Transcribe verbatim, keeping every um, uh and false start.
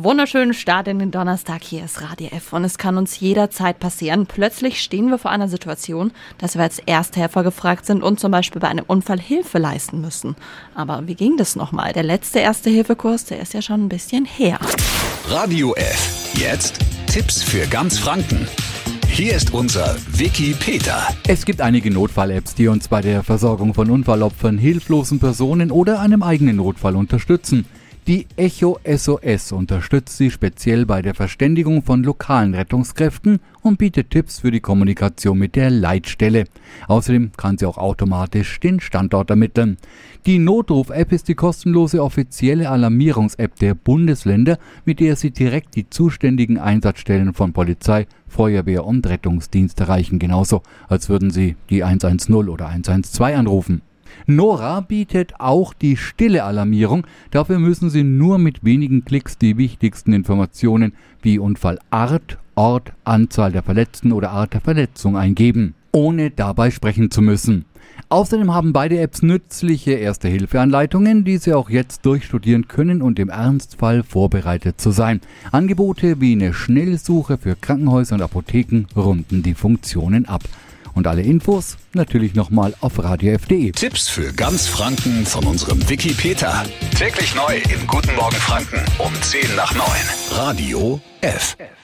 wunderschönen Start in den Donnerstag. Hier ist Radio F und es kann uns jederzeit passieren. Plötzlich stehen wir vor einer Situation, dass wir als Ersthelfer gefragt sind und zum Beispiel bei einem Unfall Hilfe leisten müssen. Aber wie ging das nochmal? Der letzte Erste-Hilfe-Kurs, der ist ja schon ein bisschen her. Radio F. Jetzt Tipps für ganz Franken. Hier ist unser Wiki Peter. Es gibt einige Notfall-Apps, die uns bei der Versorgung von Unfallopfern, hilflosen Personen oder einem eigenen Notfall unterstützen. Die Echo S O S unterstützt Sie speziell bei der Verständigung von lokalen Rettungskräften und bietet Tipps für die Kommunikation mit der Leitstelle. Außerdem kann sie auch automatisch den Standort ermitteln. Die Notruf-App ist die kostenlose offizielle Alarmierungs-App der Bundesländer, mit der Sie direkt die zuständigen Einsatzstellen von Polizei, Feuerwehr und Rettungsdienst erreichen, genauso als würden Sie die eins eins null oder eins eins zwei anrufen. Nora bietet auch die stille Alarmierung. Dafür müssen Sie nur mit wenigen Klicks die wichtigsten Informationen wie Unfallart, Ort, Anzahl der Verletzten oder Art der Verletzung eingeben, ohne dabei sprechen zu müssen. Außerdem haben beide Apps nützliche Erste-Hilfe-Anleitungen, die Sie auch jetzt durchstudieren können und im Ernstfall vorbereitet zu sein. Angebote wie eine Schnellsuche für Krankenhäuser und Apotheken runden die Funktionen ab. Und alle Infos natürlich nochmal auf radio f punkt de. Tipps für ganz Franken von unserem Wiki Peter. Täglich neu im Guten Morgen Franken um zehn nach neun. Radio F.